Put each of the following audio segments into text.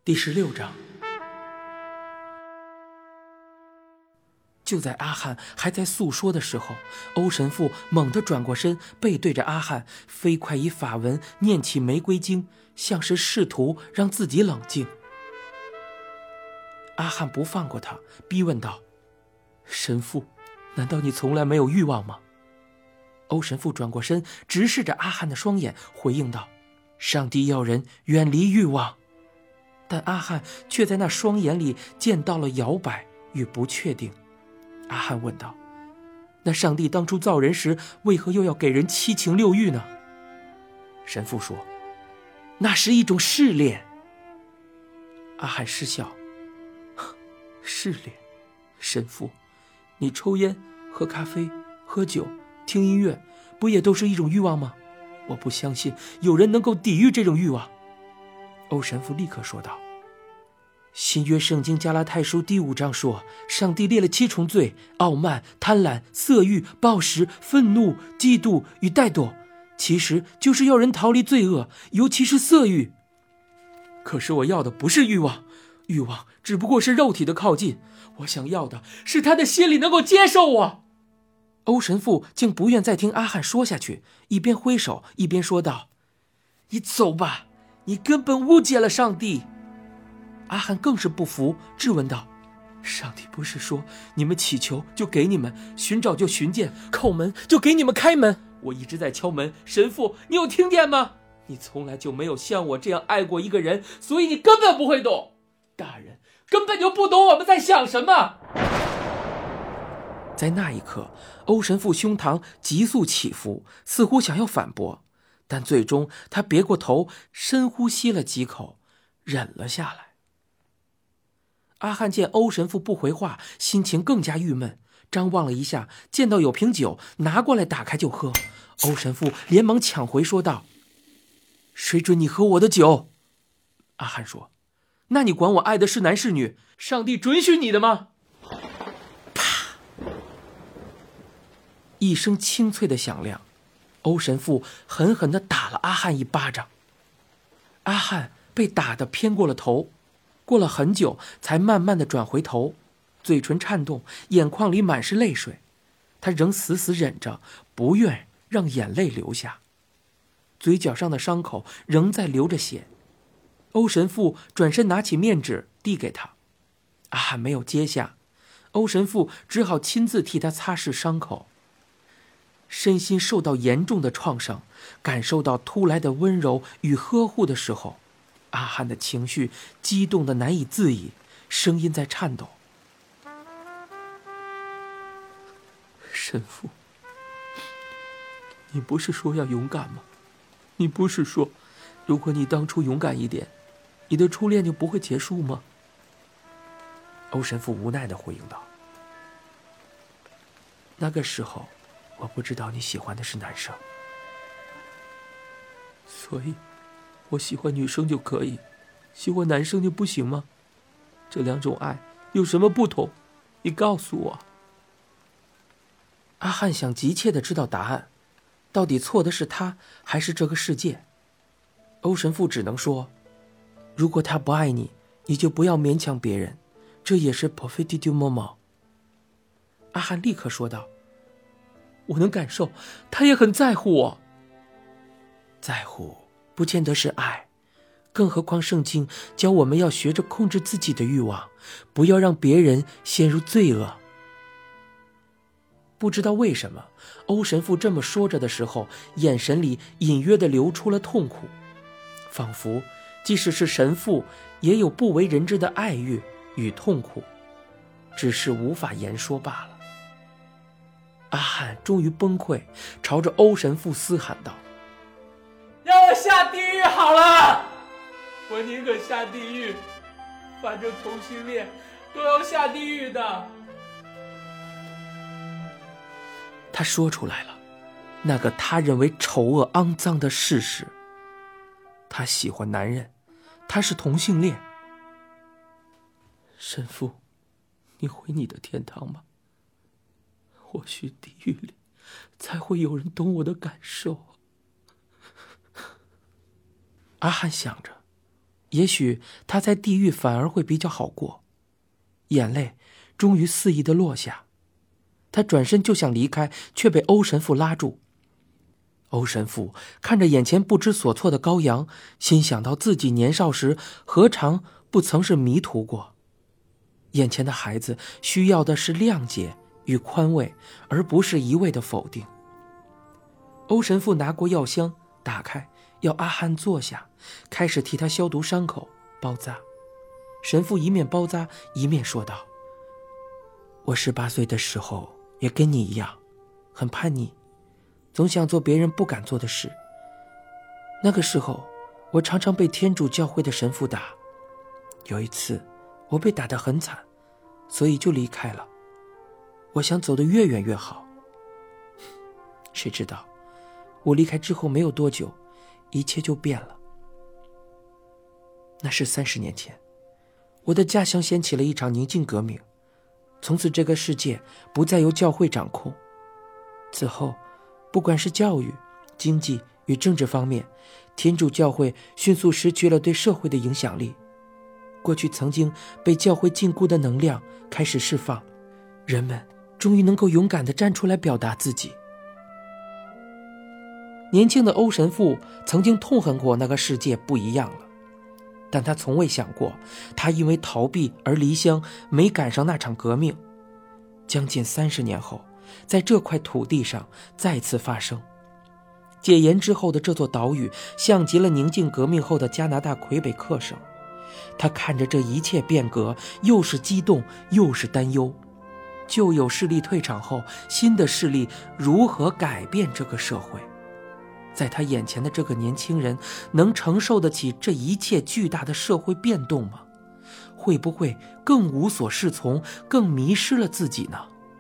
第16章。就在阿汉还在诉说的时候，欧神父猛地转过身，背对着阿汉，飞快以法文念起玫瑰经，像是试图让自己冷静。阿汉不放过他，逼问道：神父，难道你从来没有欲望吗？欧神父转过身，直视着阿汉的双眼，回应道：上帝要人远离欲望。但阿汉却在那双眼里见到了摇摆与不确定。阿汉问道：那上帝当初造人时，为何又要给人7情6欲呢？神父说：那是一种试炼。阿汉失笑：试炼？神父，你抽烟、喝咖啡、喝酒、听音乐，不也都是一种欲望吗？我不相信有人能够抵御这种欲望。欧神父立刻说道：新约圣经加拉太书第5章说，上帝列了7重罪：傲慢、贪婪、色欲、暴食、愤怒、嫉妒与怠惰，其实就是要人逃离罪恶，尤其是色欲。可是我要的不是欲望，欲望只不过是肉体的靠近，我想要的是他的心里能够接受我。欧神父竟不愿再听阿汉说下去，一边挥手一边说道：你走吧，你根本误解了上帝。阿汉更是不服，质问道：上帝不是说你们祈求就给你们，寻找就寻见，叩门就给你们开门？我一直在敲门，神父，你有听见吗？你从来就没有像我这样爱过一个人，所以你根本不会懂，大人根本就不懂我们在想什么。在那一刻，欧神父胸膛急速起伏，似乎想要反驳，但最终他别过头，深呼吸了几口，忍了下来。阿汉见欧神父不回话，心情更加郁闷，张望了一下，见到有瓶酒，拿过来打开就喝。欧神父连忙抢回说道：谁准你喝我的酒？阿汉说：那你管我爱的是男是女？上帝准许你的吗？啪！一声清脆的响亮，欧神父狠狠地打了阿汉一巴掌。阿汉被打得偏过了头，过了很久才慢慢地转回头，嘴唇颤动，眼眶里满是泪水。他仍死死忍着，不愿让眼泪流下，嘴角上的伤口仍在流着血。欧神父转身拿起面纸递给他，阿汉没有接下，欧神父只好亲自替他擦拭伤口。身心受到严重的创伤，感受到突来的温柔与呵护的时候，阿汉的情绪激动得难以自已，声音在颤抖。神父，你不是说要勇敢吗？你不是说，如果你当初勇敢一点，你的初恋就不会结束吗？欧神父无奈地回应道：那个时候我不知道你喜欢的是男生，所以我喜欢女生就可以，喜欢男生就不行吗？这2种爱有什么不同？你告诉我。阿汉想急切地知道答案，到底错的是他还是这个世界？欧神父只能说：如果他不爱你，你就不要勉强别人，这也是 Prophet du moment。 阿汉立刻说道：我能感受，他也很在乎我。在乎不见得是爱，更何况圣经教我们要学着控制自己的欲望，不要让别人陷入罪恶。不知道为什么，欧神父这么说着的时候，眼神里隐约地流出了痛苦，仿佛即使是神父也有不为人知的爱欲与痛苦，只是无法言说罢了。阿汉终于崩溃，朝着欧神父嘶喊道：让我下地狱好了，我宁可下地狱，反正同性恋都要下地狱的。他说出来了那个他认为丑恶肮脏的事实，他喜欢男人，他是同性恋。神父，你回你的天堂吧，或许地狱里才会有人懂我的感受。阿汉想着， 也许他在地狱反而会比较好过。眼泪终于肆意地落下，他转身就想离开，却被欧神父拉住。欧神父看着眼前不知所措的羔羊，心想到自己年少时何尝不曾是迷途过。眼前的孩子需要的是谅解与宽慰，而不是一味的否定。欧神父拿过药箱，打开，要阿汉坐下，开始替他消毒伤口、包扎。神父一面包扎一面说道：“我18岁的时候也跟你一样，很叛逆，总想做别人不敢做的事。那个时候，我常常被天主教会的神父打。有一次，我被打得很惨，所以就离开了。我想走得越远越好。谁知道，我离开之后没有多久，一切就变了。那是30年前，我的家乡掀起了一场宁静革命，从此这个世界不再由教会掌控。此后，不管是教育、经济与政治方面，天主教会迅速失去了对社会的影响力。过去曾经被教会禁锢的能量开始释放，人们终于能够勇敢地站出来表达自己。”年轻的欧神父曾经痛恨过那个世界不一样了，但他从未想过，他因为逃避而离乡，没赶上那场革命。将近30年后，在这块土地上再次发生。解严之后的这座岛屿，像极了宁静革命后的加拿大魁北克省。他看着这一切变革，又是激动又是担忧。旧有势力退场后，新的势力如何改变这个社会？在他眼前的这个年轻人，能承受得起这一切巨大的社会变动吗？会不会更无所适从，更迷失了自己呢？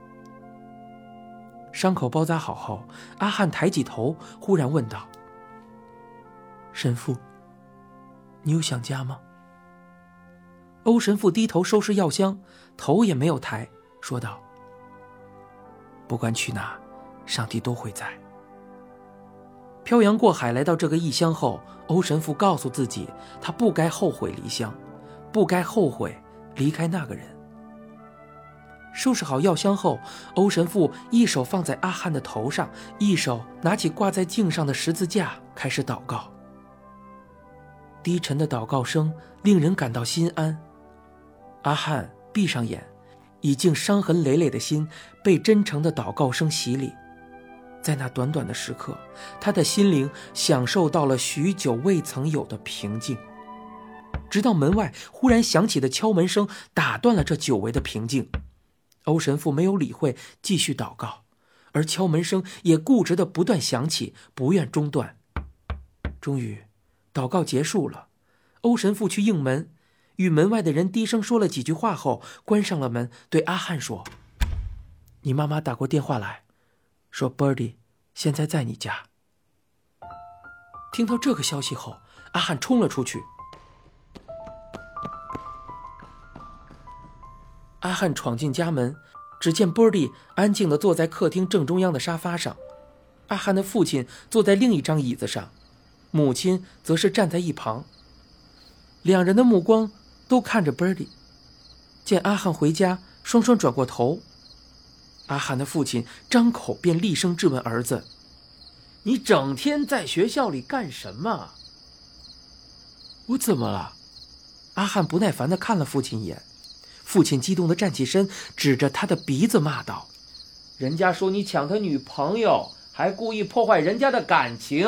伤口包扎好后，阿汉抬起头，忽然问道：“神父，你有想家吗？”欧神父低头收拾药箱，头也没有抬，说道：“不管去哪，上帝都会在。”漂洋过海来到这个异乡后，欧神父告诉自己，他不该后悔离乡，不该后悔离开那个人。收拾好药箱后，欧神父一手放在阿汉的头上，一手拿起挂在镜上的十字架，开始祷告。低沉的祷告声令人感到心安。阿汉闭上眼，已经伤痕累累的心被真诚的祷告声洗礼。在那短短的时刻，他的心灵享受到了许久未曾有的平静。直到门外忽然响起的敲门声打断了这久违的平静。欧神父没有理会，继续祷告，而敲门声也固执地不断响起，不愿中断。终于，祷告结束了，欧神父去应门，与门外的人低声说了几句话后，关上了门，对阿汉说：“你妈妈打过电话来，说 Birdie 现在在你家。”听到这个消息后，阿汉冲了出去。阿汉闯进家门，只见 Birdie 安静地坐在客厅正中央的沙发上，阿汉的父亲坐在另一张椅子上，母亲则是站在一旁。两人的目光都看着 Birdie。 见阿汉回家，双双转过头。阿汉的父亲张口便厉声质问儿子：“你整天在学校里干什么？”“我怎么了？”阿汉不耐烦地看了父亲一眼。父亲激动地站起身，指着他的鼻子骂道：“人家说你抢他女朋友，还故意破坏人家的感情。”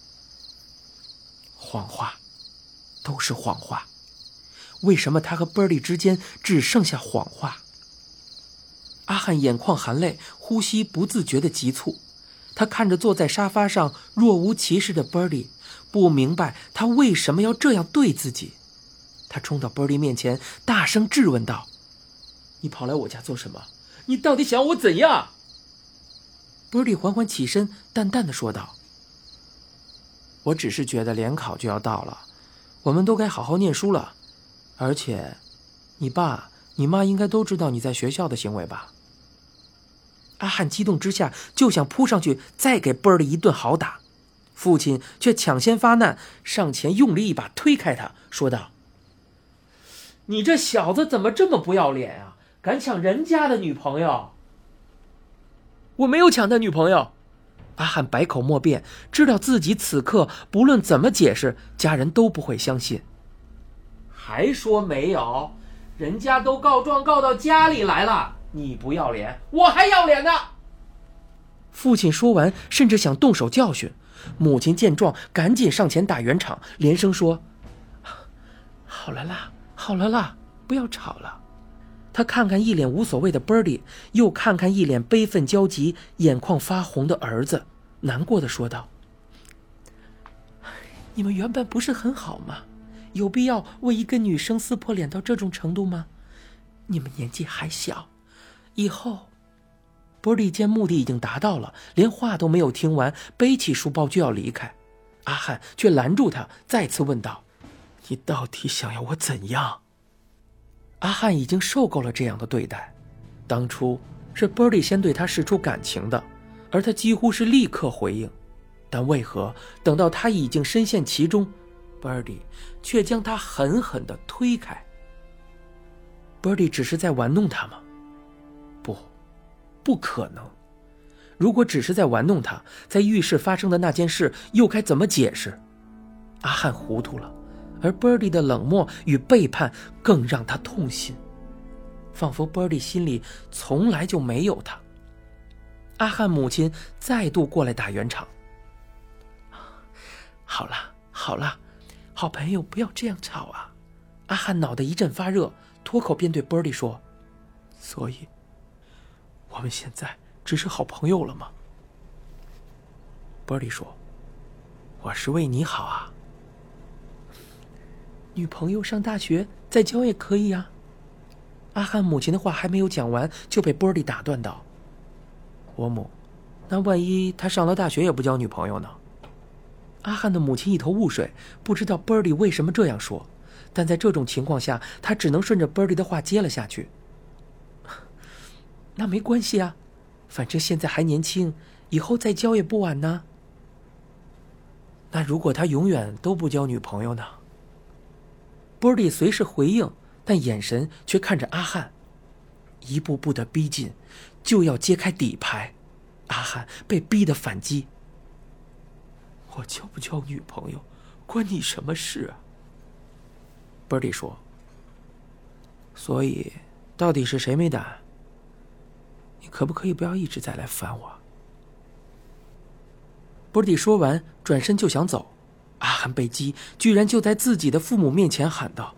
谎话，都是谎话。为什么他和 Birdie 之间只剩下谎话？阿汉眼眶含泪，呼吸不自觉地急促。他看着坐在沙发上若无其事的 Birdie， 不明白他为什么要这样对自己。他冲到 Birdie 面前，大声质问道：“你跑来我家做什么？你到底想要我怎样？” Birdie 缓缓起身，淡淡地说道：“我只是觉得联考就要到了，我们都该好好念书了。而且，你爸、你妈应该都知道你在学校的行为吧？”阿汉激动之下就想扑上去再给 Birdie 一顿好打。 父亲却抢先发难，上前用力一把推开他，说道：“你这小子怎么这么不要脸啊？敢抢人家的女朋友！”“我没有抢他女朋友。”阿汉百口莫辩，知道自己此刻不论怎么解释，家人都不会相信。还说没有？人家都告状告到家里来了，你不要脸，我还要脸呢！父亲说完，甚至想动手教训。母亲见状，赶紧上前打圆场，连声说：“好了啦，好了啦，不要吵了。”他看看一脸无所谓的 Birdy， 又看看一脸悲愤焦急、眼眶发红的儿子，难过的说道：“你们原本不是很好吗？有必要为一个女生撕破脸到这种程度吗？你们年纪还小，以后”Birdy 见目的已经达到了，连话都没有听完，背起书包就要离开。阿汉却拦住他，再次问道：“你到底想要我怎样？”阿汉已经受够了这样的对待。当初是 Birdy 先对他示出感情的，而他几乎是立刻回应。但为何等到他已经深陷其中， Birdy 却将他狠狠地推开？ Birdy 只是在玩弄他吗？不可能。如果只是在玩弄他，在浴室发生的那件事又该怎么解释？阿汉糊涂了，而 Birdy 的冷漠与背叛更让他痛心，仿佛 Birdy 心里从来就没有他。阿汉母亲再度过来打圆场：“好了好了，好朋友不要这样吵啊！”阿汉脑袋一阵发热，脱口便对 Birdy 说：“所以我们现在只是好朋友了吗？” Birdy 说：“我是为你好啊。女朋友上大学再交也可以啊。”阿汉母亲的话还没有讲完，就被 Birdy 打断道：“我母，那万一他上了大学也不交女朋友呢？”阿汉的母亲一头雾水，不知道 Birdy 为什么这样说，但在这种情况下，他只能顺着 Birdy 的话接了下去：“那没关系啊，反正现在还年轻，以后再交也不晚呢。”“那如果他永远都不交女朋友呢？” Birdy 随时回应，但眼神却看着阿汉，一步步的逼近，就要揭开底牌。阿汉被逼得反击：“我交不交女朋友，关你什么事啊？” Birdy 说：“所以到底是谁没胆？你可不可以不要一直在来烦我？”Birdy 说完，转身就想走。阿汉被激，居然就在自己的父母面前喊道：“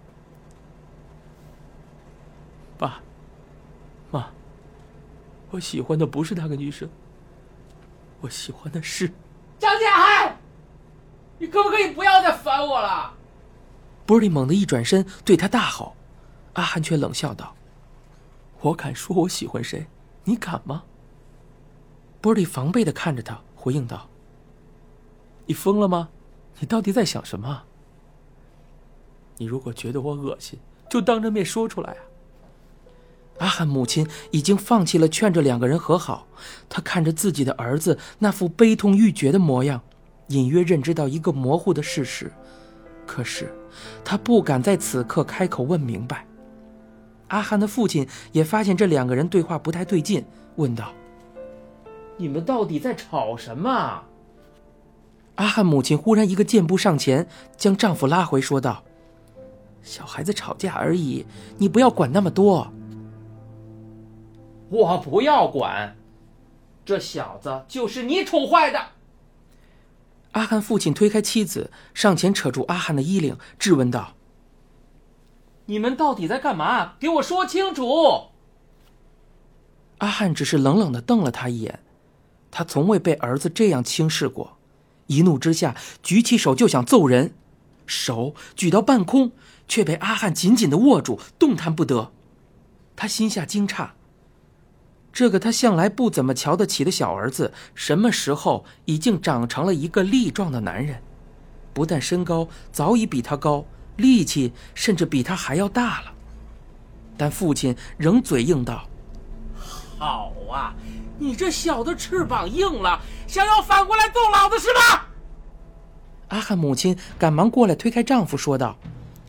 爸妈，我喜欢的不是那个女生，我喜欢的是……”“张家汉，你可不可以不要再烦我了？”Birdy 猛地一转身对他大吼。阿汉却冷笑道：“我敢说我喜欢谁，你敢吗？”Birdy 防备地看着他，回应道：“你疯了吗？你到底在想什么？你如果觉得我恶心，就当着面说出来啊！”阿汉母亲已经放弃了劝着两个人和好，她看着自己的儿子那副悲痛欲绝的模样，隐约认知到一个模糊的事实，可是她不敢在此刻开口问明白。阿汉的父亲也发现这两个人对话不太对劲，问道：“你们到底在吵什么？”阿汉母亲忽然一个箭步上前，将丈夫拉回，说道：“小孩子吵架而已，你不要管那么多。”“我不要管，这小子就是你宠坏的。”阿汉父亲推开妻子，上前扯住阿汉的衣领，质问道：“你们到底在干嘛？给我说清楚！”阿汉只是冷冷地瞪了他一眼，他从未被儿子这样轻视过。一怒之下，举起手就想揍人，手举到半空，却被阿汉紧紧地握住，动弹不得。他心下惊诧，这个他向来不怎么瞧得起的小儿子，什么时候已经长成了一个力壮的男人？不但身高早已比他高，力气甚至比他还要大了。但父亲仍嘴硬道：“好啊，你这小子翅膀硬了，想要反过来揍老子是吧？” 汉母亲赶忙过来推开丈夫说道：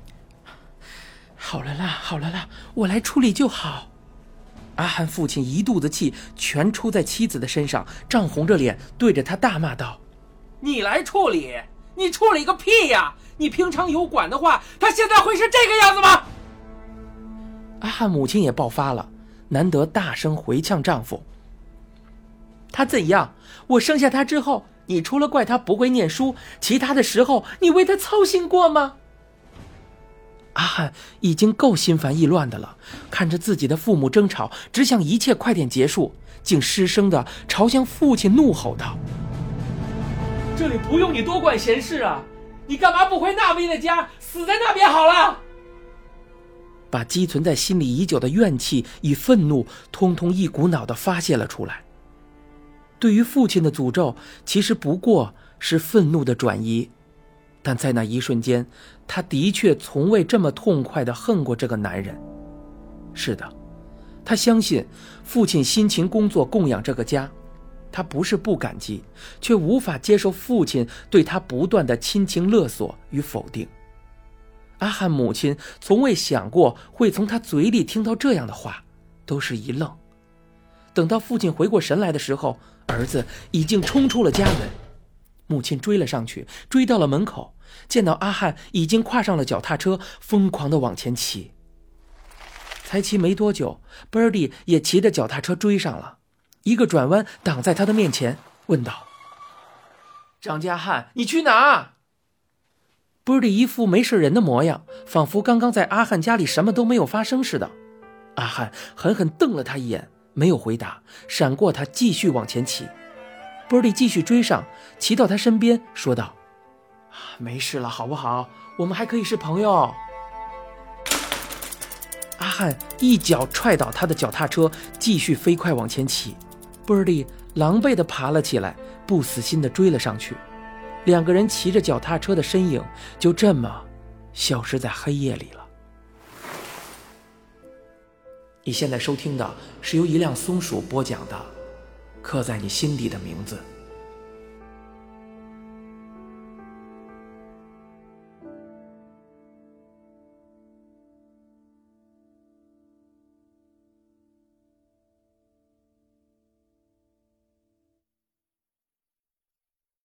好了啦，我来处理就好。阿汉父亲一肚子气全出在妻子的身上，涨红着脸对着他大骂道：你来处理？你处理个屁呀！你平常有管的话，他现在会是这个样子吗？阿汉母亲也爆发了，难得大声回呛丈夫：他怎样？我生下他之后，你除了怪他不会念书，其他的时候你为他操心过吗？阿汉已经够心烦意乱的了，看着自己的父母争吵，只想一切快点结束，竟失声的朝向父亲怒吼道：这里不用你多管闲事啊，你干嘛不回那边的家，死在那边好了。把积存在心里已久的怨气与愤怒通通一股脑地发泄了出来。对于父亲的诅咒，其实不过是愤怒的转移，但在那一瞬间，他的确从未这么痛快地恨过这个男人。是的，他相信父亲辛勤工作供养这个家，他不是不感激，却无法接受父亲对他不断的亲情勒索与否定。阿汉母亲从未想过会从他嘴里听到这样的话，都是一愣。等到父亲回过神来的时候，儿子已经冲出了家门。母亲追了上去，追到了门口，见到阿汉已经跨上了脚踏车，疯狂地往前骑。才骑没多久， Birdy 也骑着脚踏车追上了，一个转弯挡在他的面前，问道：张家汉，你去哪？Birdy 一副没事人的模样，仿佛刚刚在阿汉家里什么都没有发生似的。阿汉狠狠瞪了他一眼，没有回答，闪过他继续往前骑。Birdy 继续追上，骑到他身边说道：没事了好不好，我们还可以是朋友。阿汉一脚踹倒他的脚踏车，继续飞快往前骑。Birdy 狼狈地爬了起来，不死心地追了上去。两个人骑着脚踏车的身影就这么消失在黑夜里了。你现在收听的是由一辆松鼠播讲的《刻在你心底的名字》。